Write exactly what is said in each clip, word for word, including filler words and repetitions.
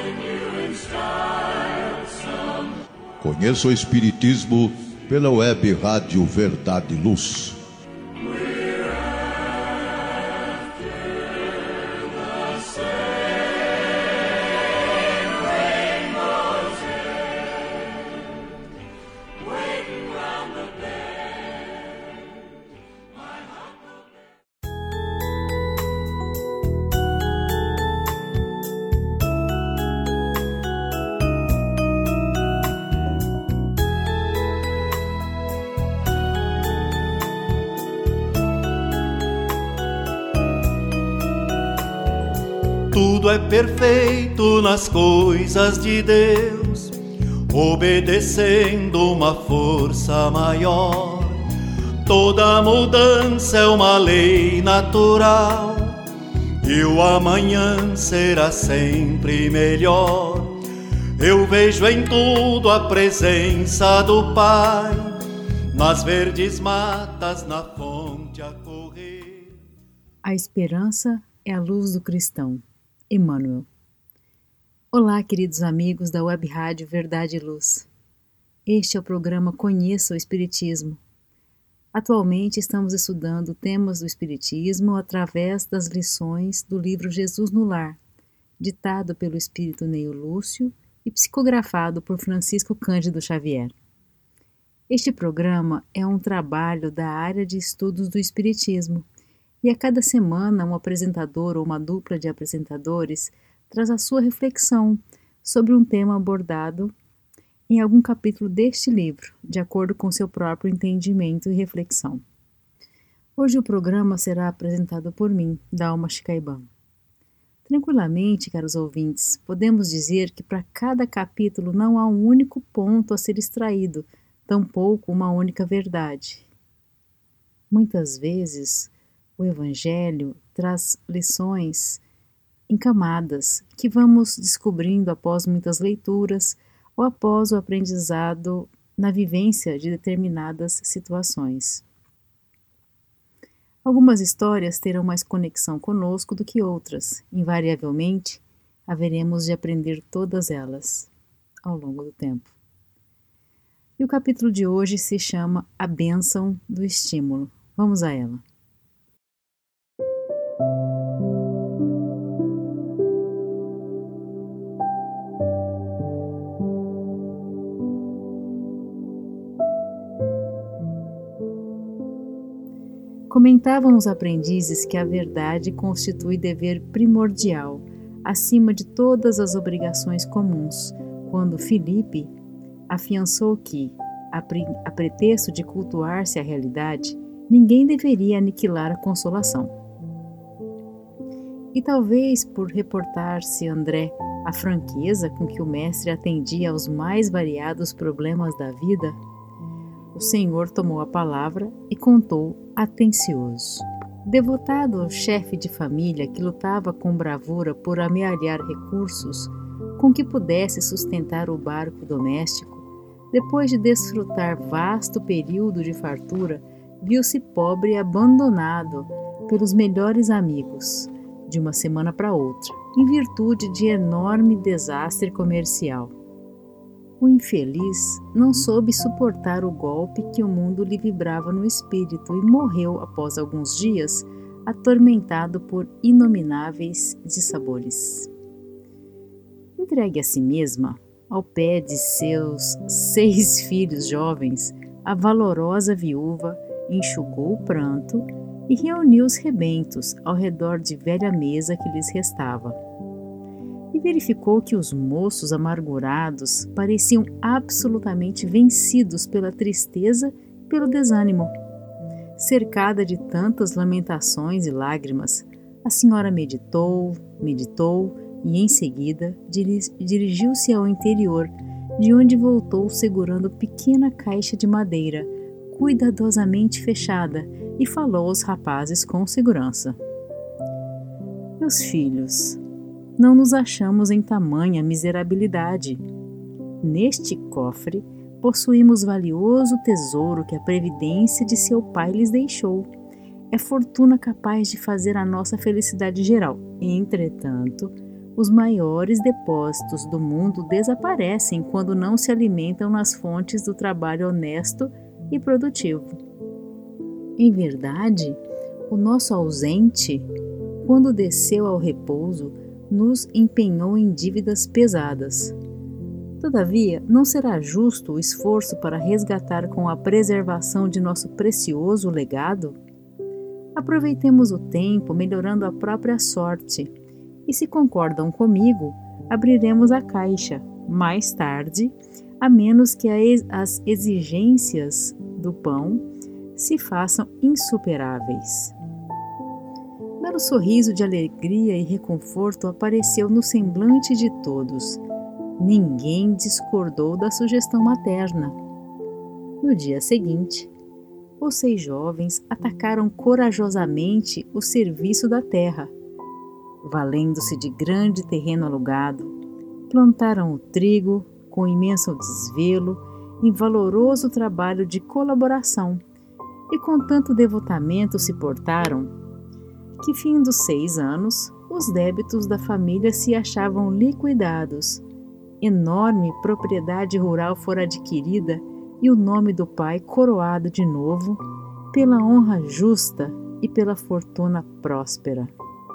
Conheça o Espiritismo pela web Rádio Verdade e Luz. Tudo é perfeito nas coisas de Deus, obedecendo uma força maior. Toda mudança é uma lei natural, e o amanhã será sempre melhor. Eu vejo em tudo a presença do Pai, nas verdes matas, na fonte a correr. A esperança é a luz do cristão. Emmanuel. Olá, queridos amigos da Web Rádio Verdade e Luz. Este é o programa Conheça o Espiritismo. Atualmente estamos estudando temas do Espiritismo através das lições do livro Jesus no Lar, ditado pelo Espírito Neio Lúcio e psicografado por Francisco Cândido Xavier. Este programa é um trabalho da área de estudos do Espiritismo, e a cada semana um apresentador ou uma dupla de apresentadores traz a sua reflexão sobre um tema abordado em algum capítulo deste livro, de acordo com seu próprio entendimento e reflexão. Hoje o programa será apresentado por mim, Dalma Chicaiban. Tranquilamente, caros ouvintes, podemos dizer que para cada capítulo não há um único ponto a ser extraído, tampouco uma única verdade. Muitas vezes, o Evangelho traz lições em camadas que vamos descobrindo após muitas leituras ou após o aprendizado na vivência de determinadas situações. Algumas histórias terão mais conexão conosco do que outras. Invariavelmente, haveremos de aprender todas elas ao longo do tempo. E o capítulo de hoje se chama A Bênção do Estímulo. Vamos a ela. Comentavam os aprendizes que a verdade constitui dever primordial, acima de todas as obrigações comuns, quando Filipe afiançou que, a, pre- a pretexto de cultuar-se a realidade, ninguém deveria aniquilar a consolação. E talvez por reportar-se André a franqueza com que o mestre atendia aos mais variados problemas da vida, o Senhor tomou a palavra e contou atencioso. Devotado chefe de família que lutava com bravura por amealhar recursos com que pudesse sustentar o barco doméstico, depois de desfrutar vasto período de fartura, viu-se pobre e abandonado pelos melhores amigos, de uma semana para outra, em virtude de enorme desastre comercial. O infeliz não soube suportar o golpe que o mundo lhe vibrava no espírito e morreu após alguns dias, atormentado por inomináveis dissabores. Entregue a si mesma, ao pé de seus seis filhos jovens, a valorosa viúva enxugou o pranto e reuniu os rebentos ao redor de velha mesa que lhes restava. E verificou que os moços amargurados pareciam absolutamente vencidos pela tristeza e pelo desânimo. Cercada de tantas lamentações e lágrimas, a senhora meditou, meditou e, em seguida, dirigiu-se ao interior, de onde voltou segurando pequena caixa de madeira, cuidadosamente fechada, e falou aos rapazes com segurança. Meus filhos, não nos achamos em tamanha miserabilidade. Neste cofre possuímos valioso tesouro que a previdência de seu pai lhes deixou. É fortuna capaz de fazer a nossa felicidade geral. Entretanto, Os maiores depósitos do mundo desaparecem quando não se alimentam nas fontes do trabalho honesto e produtivo. Em verdade, o nosso ausente, quando desceu ao repouso, nos empenhou em dívidas pesadas. Todavia, não será justo o esforço para resgatar com a preservação de nosso precioso legado? Aproveitemos o tempo melhorando a própria sorte, e se concordam comigo, abriremos a caixa mais tarde, a menos que as exigências do pão se façam insuperáveis. Belo sorriso de alegria e reconforto apareceu no semblante de todos. Ninguém discordou da sugestão materna. No dia seguinte, os seis jovens atacaram corajosamente o serviço da terra. Valendo-se de grande terreno alugado, plantaram o trigo com imenso desvelo em valoroso trabalho de colaboração, e com tanto devotamento se portaram, que fim dos seis anos, os débitos da família se achavam liquidados, enorme propriedade rural fora adquirida e o nome do pai coroado de novo pela honra justa e pela fortuna próspera.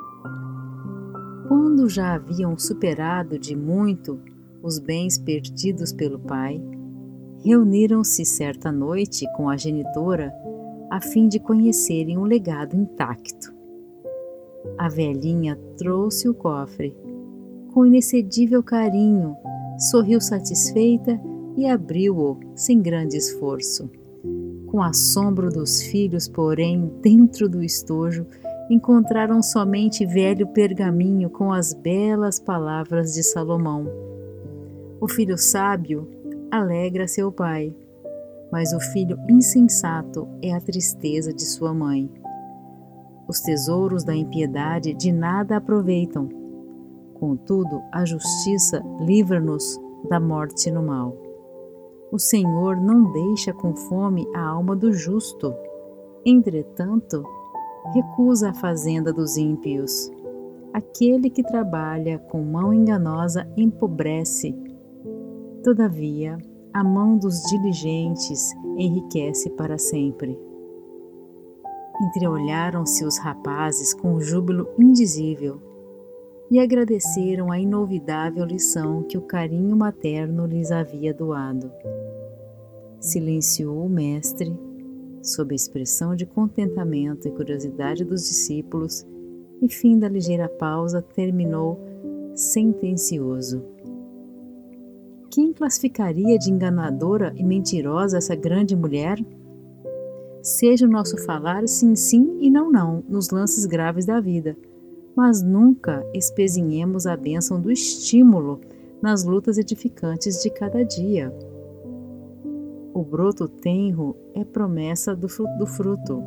Quando já haviam superado de muito os bens perdidos pelo pai, reuniram-se certa noite com a genitora a fim de conhecerem o legado intacto. A velhinha trouxe o cofre. Com inexcedível carinho, sorriu satisfeita e abriu-o sem grande esforço. Com assombro dos filhos, porém, dentro do estojo, encontraram somente velho pergaminho com as belas palavras de Salomão. O filho sábio alegra seu pai, mas o filho insensato é a tristeza de sua mãe. Os tesouros da impiedade de nada aproveitam. Contudo, a justiça livra-nos da morte no mal. O Senhor não deixa com fome a alma do justo. Entretanto, recusa a fazenda dos ímpios. Aquele que trabalha com mão enganosa empobrece. Todavia, a mão dos diligentes enriquece para sempre. Entreolharam-se os rapazes com júbilo indizível e agradeceram a inolvidável lição que o carinho materno lhes havia doado. Silenciou o mestre, sob a expressão de contentamento e curiosidade dos discípulos, e fim da ligeira pausa terminou sentencioso. Quem classificaria de enganadora e mentirosa essa grande mulher? Seja o nosso falar sim, sim e não, não, nos lances graves da vida, mas nunca espezinhemos a bênção do estímulo nas lutas edificantes de cada dia. O broto tenro é promessa do fruto.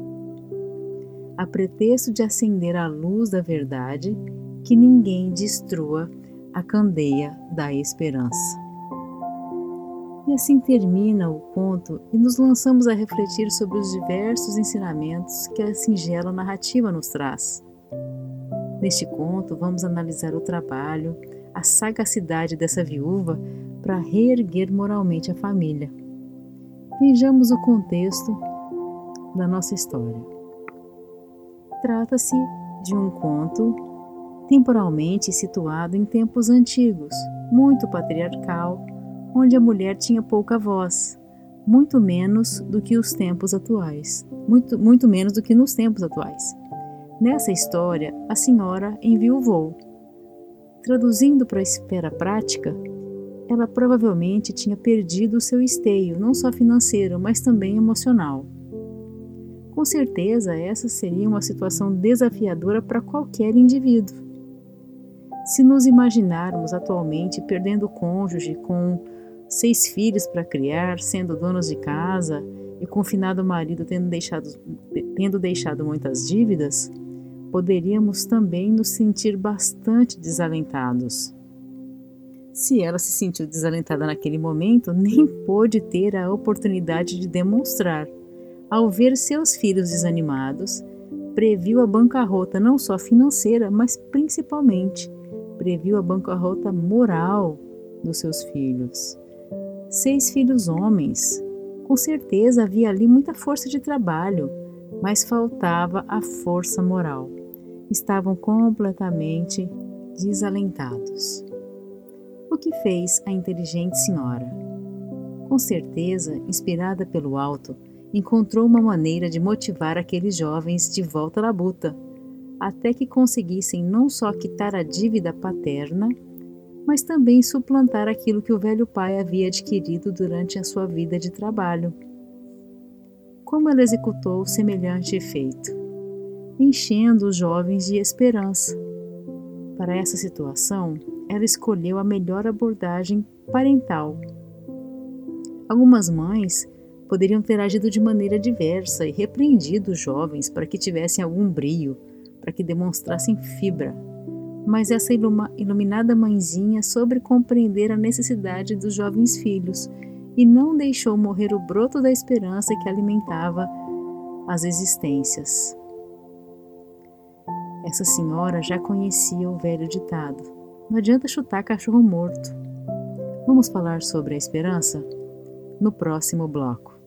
A pretexto de acender a luz da verdade, que ninguém destrua a candeia da esperança. E assim termina o conto e nos lançamos a refletir sobre os diversos ensinamentos que a singela narrativa nos traz. Neste conto, vamos analisar o trabalho, a sagacidade dessa viúva para reerguer moralmente a família. Vejamos o contexto da nossa história. Trata-se de um conto temporalmente situado em tempos antigos, muito patriarcal, onde a mulher tinha pouca voz, muito menos do que os tempos atuais, muito, muito menos do que nos tempos atuais. Nessa história, a senhora enviuvou. Traduzindo para a esfera prática, ela provavelmente tinha perdido o seu esteio, não só financeiro, mas também emocional. Com certeza, essa seria uma situação desafiadora para qualquer indivíduo. Se nos imaginarmos atualmente perdendo o cônjuge com seis filhos para criar, sendo donos de casa e confinado o marido tendo deixado, tendo deixado muitas dívidas, poderíamos também nos sentir bastante desalentados. Se ela se sentiu desalentada naquele momento, nem pôde ter a oportunidade de demonstrar. Ao ver seus filhos desanimados, previu a bancarrota não só financeira, mas principalmente previu a bancarrota moral dos seus filhos. Seis filhos homens. Com certeza havia ali muita força de trabalho, mas faltava a força moral. Estavam completamente desalentados. O que fez a inteligente senhora? Com certeza, inspirada pelo alto, encontrou uma maneira de motivar aqueles jovens de volta à labuta, até que conseguissem não só quitar a dívida paterna, mas também suplantar aquilo que o velho pai havia adquirido durante a sua vida de trabalho. Como ela executou semelhante efeito? Enchendo os jovens de esperança. Para essa situação, ela escolheu a melhor abordagem parental. Algumas mães poderiam ter agido de maneira diversa e repreendido os jovens para que tivessem algum brio, para que demonstrassem fibra. Mas essa iluminada mãezinha soube compreender a necessidade dos jovens filhos e não deixou morrer o broto da esperança que alimentava as existências. Essa senhora já conhecia o velho ditado: não adianta chutar cachorro morto. Vamos falar sobre a esperança? No próximo bloco.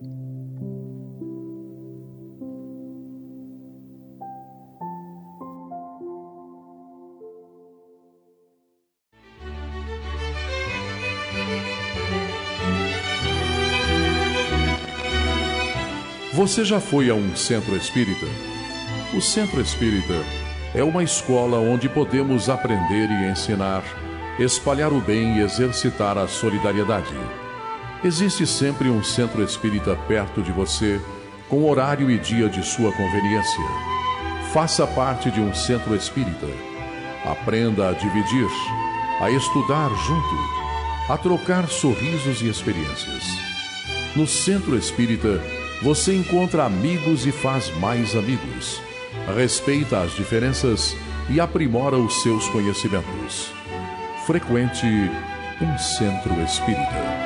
Você já foi a um centro espírita? O centro espírita é uma escola onde podemos aprender e ensinar, espalhar o bem e exercitar a solidariedade. Existe sempre um centro espírita perto de você, com horário e dia de sua conveniência. Faça parte de um centro espírita. Aprenda a dividir, a estudar junto, a trocar sorrisos e experiências. No centro espírita, você encontra amigos e faz mais amigos. Respeita as diferenças e aprimora os seus conhecimentos. Frequente um centro espírita.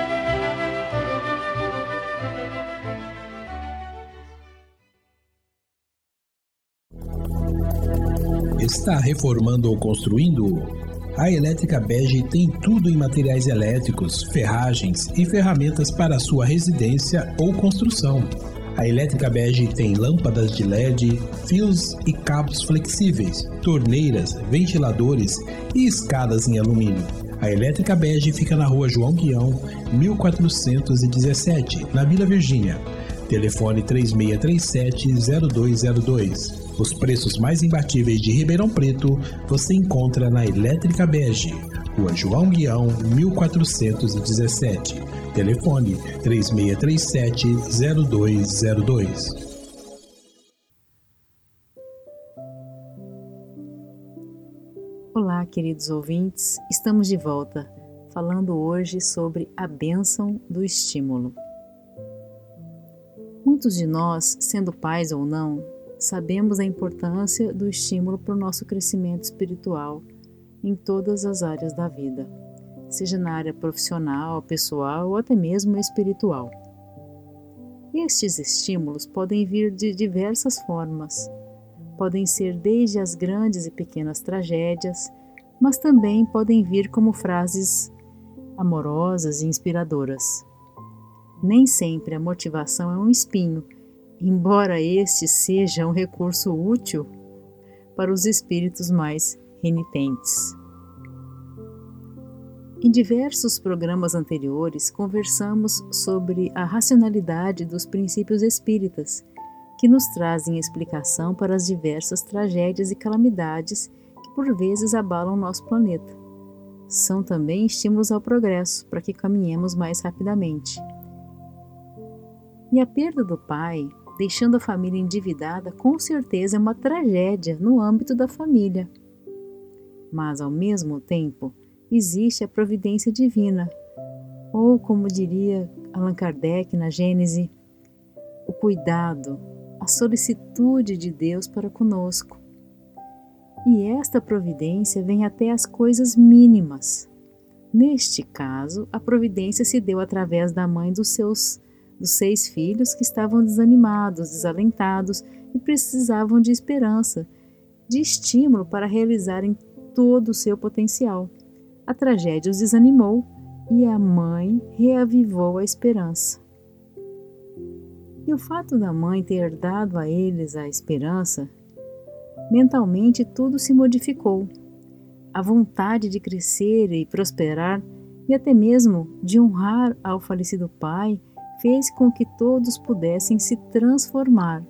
Está reformando ou construindo? A Elétrica Bege tem tudo em materiais elétricos, ferragens e ferramentas para a sua residência ou construção. A Elétrica Bege tem lâmpadas de L E D, fios e cabos flexíveis, torneiras, ventiladores e escadas em alumínio. A Elétrica Bege fica na rua João Guião, mil quatrocentos e dezessete, na Vila Virgínia. Telefone três seis três sete, zero dois zero dois. Os preços mais imbatíveis de Ribeirão Preto você encontra na Elétrica Bege, Rua João Guião, mil quatrocentos e dezessete. Telefone três seis três sete, zero dois zero dois. Olá, queridos ouvintes, estamos de volta, falando hoje sobre a bênção do estímulo. Muitos de nós, sendo pais ou não, sabemos a importância do estímulo para o nosso crescimento espiritual em todas as áreas da vida, seja na área profissional, pessoal ou até mesmo espiritual. Estes estímulos podem vir de diversas formas. Podem ser desde as grandes e pequenas tragédias, mas também podem vir como frases amorosas e inspiradoras. Nem sempre a motivação é um espinho, embora este seja um recurso útil para os espíritos mais renitentes. Em diversos programas anteriores, conversamos sobre a racionalidade dos princípios espíritas, que nos trazem explicação para as diversas tragédias e calamidades que por vezes abalam nosso planeta. São também estímulos ao progresso, para que caminhemos mais rapidamente. E a perda do pai, deixando a família endividada, com certeza é uma tragédia no âmbito da família. Mas, ao mesmo tempo, existe a providência divina, ou, como diria Allan Kardec na Gênese, o cuidado, a solicitude de Deus para conosco. E esta providência vem até as coisas mínimas. Neste caso, a providência se deu através da mãe dos seus dos seis filhos que estavam desanimados, desalentados e precisavam de esperança, de estímulo para realizarem todo o seu potencial. A tragédia os desanimou e a mãe reavivou a esperança. E o fato da mãe ter dado a eles a esperança, mentalmente tudo se modificou. A vontade de crescer e prosperar, e até mesmo de honrar ao falecido pai, fez com que todos pudessem se transformar.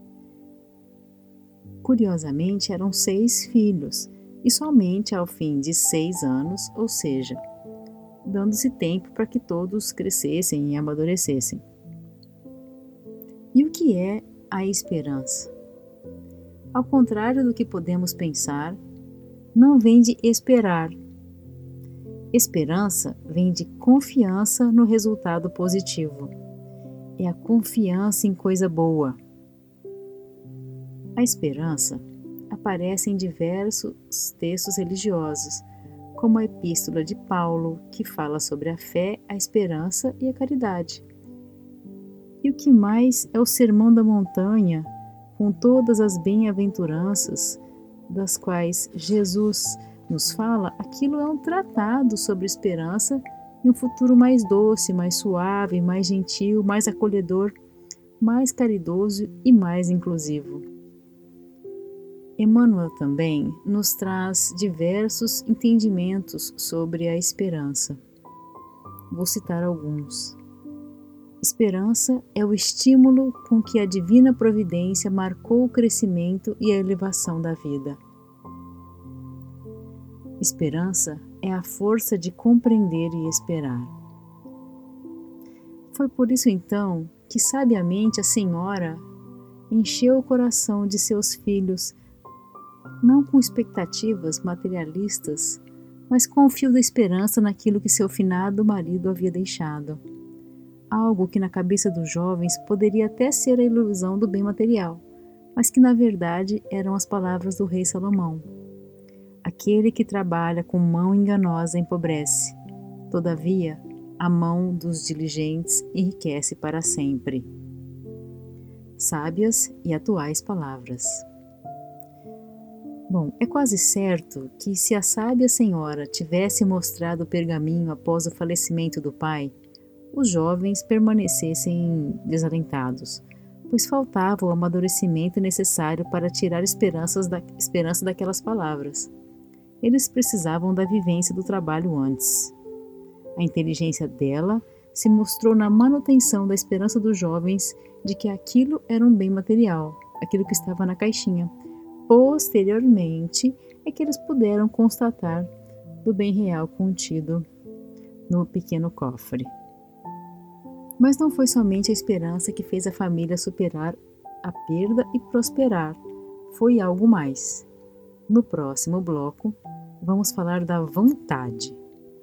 Curiosamente, eram seis filhos, e somente ao fim de seis anos, ou seja, dando-se tempo para que todos crescessem e amadurecessem. E o que é a esperança? Ao contrário do que podemos pensar, não vem de esperar. Esperança vem de confiança no resultado positivo. É a confiança em coisa boa. A esperança aparece em diversos textos religiosos, como a Epístola de Paulo, que fala sobre a fé, a esperança e a caridade. E o que mais é o Sermão da Montanha, com todas as bem-aventuranças das quais Jesus nos fala, aquilo é um tratado sobre esperança e um futuro mais doce, mais suave, mais gentil, mais acolhedor, mais caridoso e mais inclusivo. Emmanuel também nos traz diversos entendimentos sobre a esperança. Vou citar alguns. Esperança é o estímulo com que a divina providência marcou o crescimento e a elevação da vida. Esperança é a força de compreender e esperar. Foi por isso então que sabiamente a Senhora encheu o coração de seus filhos, não com expectativas materialistas, mas com o fio da esperança naquilo que seu finado marido havia deixado. Algo que na cabeça dos jovens poderia até ser a ilusão do bem material, mas que na verdade eram as palavras do rei Salomão. Aquele que trabalha com mão enganosa empobrece, todavia a mão dos diligentes enriquece para sempre. Sábias e atuais palavras. Bom, é quase certo que se a sábia senhora tivesse mostrado o pergaminho após o falecimento do pai, os jovens permanecessem desalentados, pois faltava o amadurecimento necessário para tirar esperanças da, esperança daquelas palavras. Eles precisavam da vivência do trabalho antes. A inteligência dela se mostrou na manutenção da esperança dos jovens de que aquilo era um bem material, aquilo que estava na caixinha. Posteriormente é que eles puderam constatar do bem real contido no pequeno cofre. Mas não foi somente a esperança que fez a família superar a perda e prosperar, foi algo mais. No próximo bloco, vamos falar da vontade.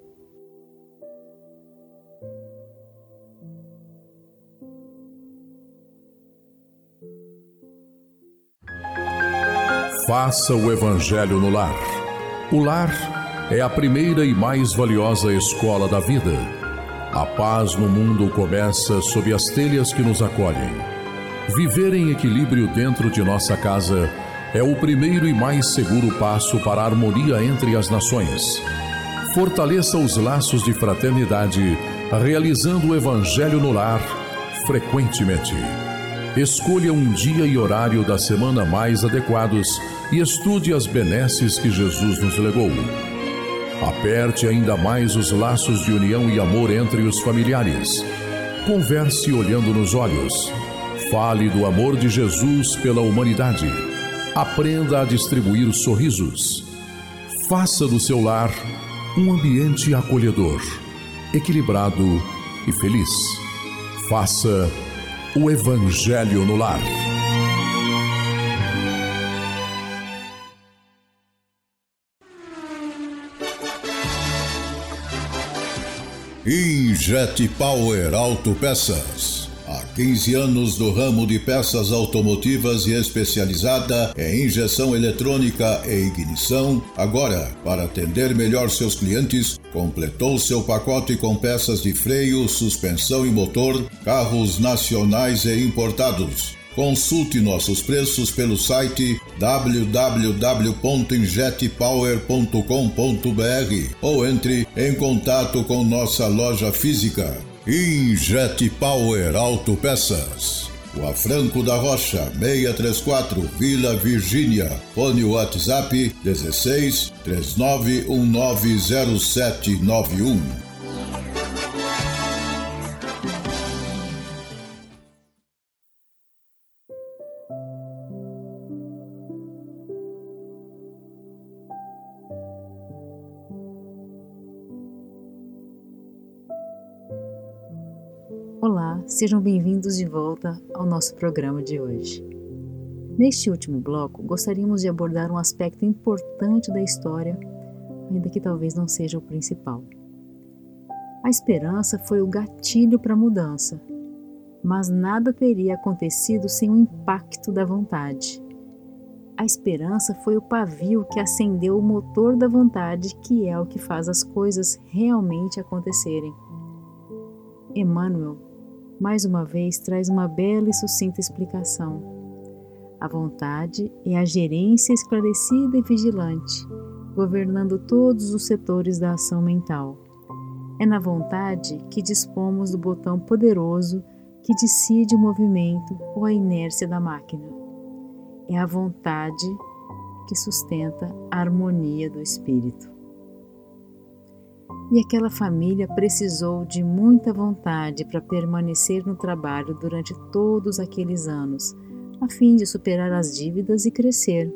Faça o Evangelho no lar. O lar é a primeira e mais valiosa escola da vida. A paz no mundo começa sob as telhas que nos acolhem. Viver em equilíbrio dentro de nossa casa é o primeiro e mais seguro passo para a harmonia entre as nações. Fortaleça os laços de fraternidade, realizando o Evangelho no lar frequentemente. Escolha um dia e horário da semana mais adequados e estude as benesses que Jesus nos legou. Aperte ainda mais os laços de união e amor entre os familiares. Converse olhando nos olhos. Fale do amor de Jesus pela humanidade. Aprenda a distribuir sorrisos. Faça do seu lar um ambiente acolhedor, equilibrado e feliz. Faça o Evangelho no lar. Injet Power Autopeças. Há quinze anos no ramo de peças automotivas e especializada em injeção eletrônica e ignição. Agora, para atender melhor seus clientes, completou seu pacote com peças de freio, suspensão e motor, carros nacionais e importados. Consulte nossos preços pelo site w w w ponto injet power ponto com ponto b r ou entre em contato com nossa loja física. Injet Power Autopeças. Rua Franco da Rocha, seiscentos e trinta e quatro, Vila Virgínia. Fone WhatsApp dezesseis, três nove um nove zero sete nove um. Olá, sejam bem-vindos de volta ao nosso programa de hoje. Neste último bloco, gostaríamos de abordar um aspecto importante da história, ainda que talvez não seja o principal. A esperança foi o gatilho para a mudança, mas nada teria acontecido sem o impacto da vontade. A esperança foi o pavio que acendeu o motor da vontade, que é o que faz as coisas realmente acontecerem. Emmanuel, mais uma vez, traz uma bela e sucinta explicação. A vontade é a gerência esclarecida e vigilante, governando todos os setores da ação mental. É na vontade que dispomos do botão poderoso que decide o movimento ou a inércia da máquina. É a vontade que sustenta a harmonia do espírito. E aquela família precisou de muita vontade para permanecer no trabalho durante todos aqueles anos, a fim de superar as dívidas e crescer.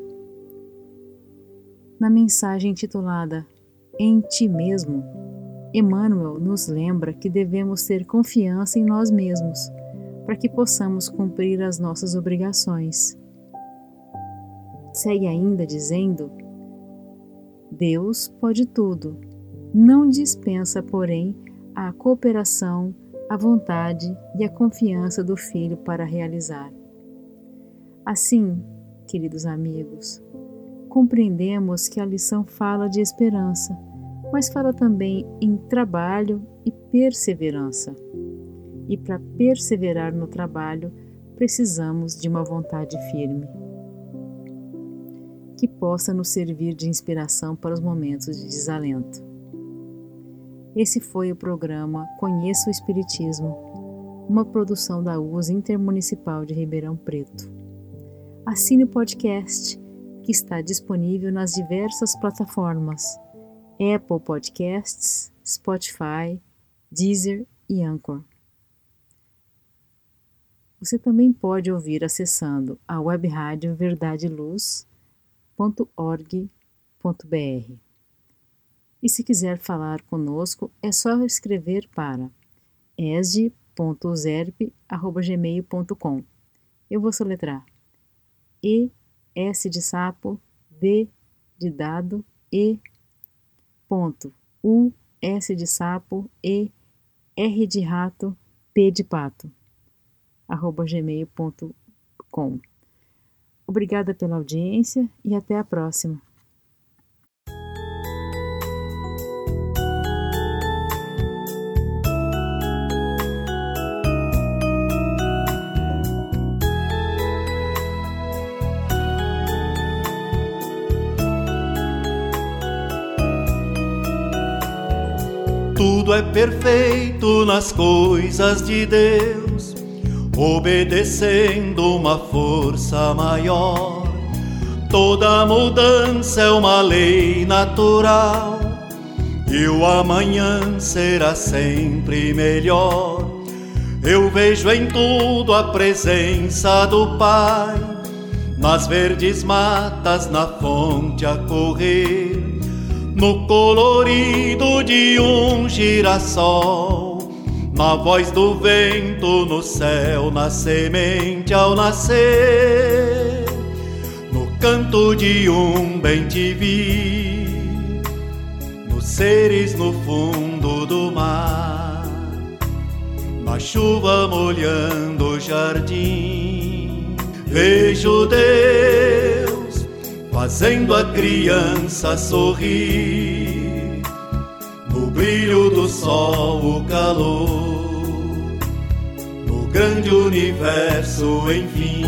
Na mensagem intitulada Em Ti Mesmo, Emmanuel nos lembra que devemos ter confiança em nós mesmos, para que possamos cumprir as nossas obrigações. Segue ainda dizendo: Deus pode tudo. Não dispensa, porém, a cooperação, a vontade e a confiança do Filho para realizar. Assim, queridos amigos, compreendemos que a lição fala de esperança, mas fala também em trabalho e perseverança. E para perseverar no trabalho, precisamos de uma vontade firme, que possa nos servir de inspiração para os momentos de desalento. Esse foi o programa Conheça o Espiritismo, uma produção da U S Intermunicipal de Ribeirão Preto. Assine o podcast, que está disponível nas diversas plataformas Apple Podcasts, Spotify, Deezer e Anchor. Você também pode ouvir acessando a web rádio verdade luz ponto org ponto b r. E se quiser falar conosco, é só escrever para e s d ponto u s e r p arroba gmail ponto com. Eu vou soletrar E, S de sapo, D de dado, E, ponto, U, S de sapo, E, R de rato, P de pato, arroba gmail ponto com. Obrigada pela audiência e até a próxima. Tudo é perfeito nas coisas de Deus, obedecendo uma força maior. Toda mudança é uma lei natural, e o amanhã será sempre melhor. Eu vejo em tudo a presença do Pai, nas verdes matas, na fonte a correr, no colorido de um girassol, na voz do vento no céu, na semente ao nascer, no canto de um bem-te-vi, nos seres no fundo do mar, na chuva molhando o jardim. Vejo Deus fazendo a criança sorrir, no brilho do sol o calor, no grande universo, enfim.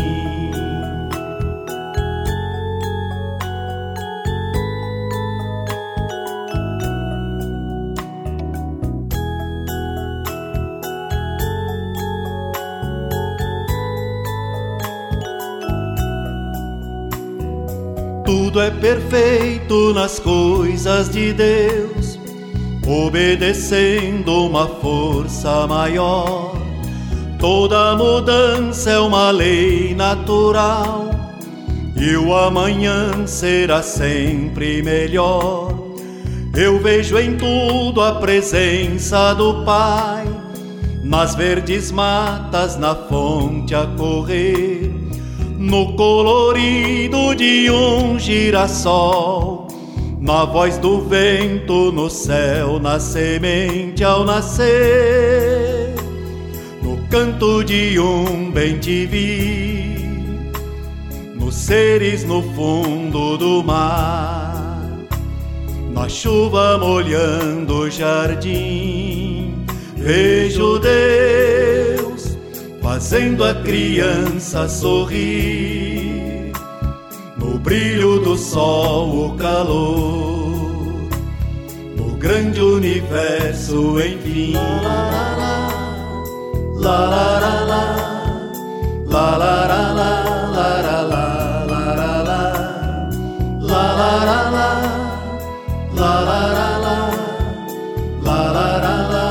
Tudo é perfeito nas coisas de Deus, obedecendo uma força maior. Toda mudança é uma lei natural, e o amanhã será sempre melhor. Eu vejo em tudo a presença do Pai, nas verdes matas, na fonte a correr, no colorido de um girassol, na voz do vento no céu, na semente ao nascer, no canto de um bem-te-vi, nos seres no fundo do mar, na chuva molhando o jardim. Vejo Deus fazendo a criança sorrir, no brilho do sol o calor, no grande universo, enfim. La la la la, la la la la, la la la la, la la la la, la la la la, la la la la.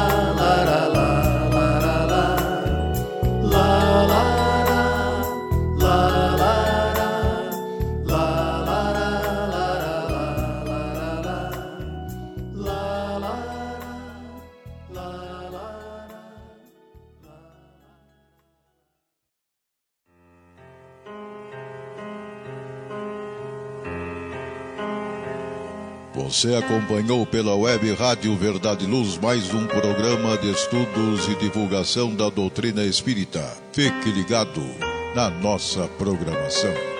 Você acompanhou pela web Rádio Verdade e Luz mais um programa de estudos e divulgação da doutrina espírita. Fique ligado na nossa programação.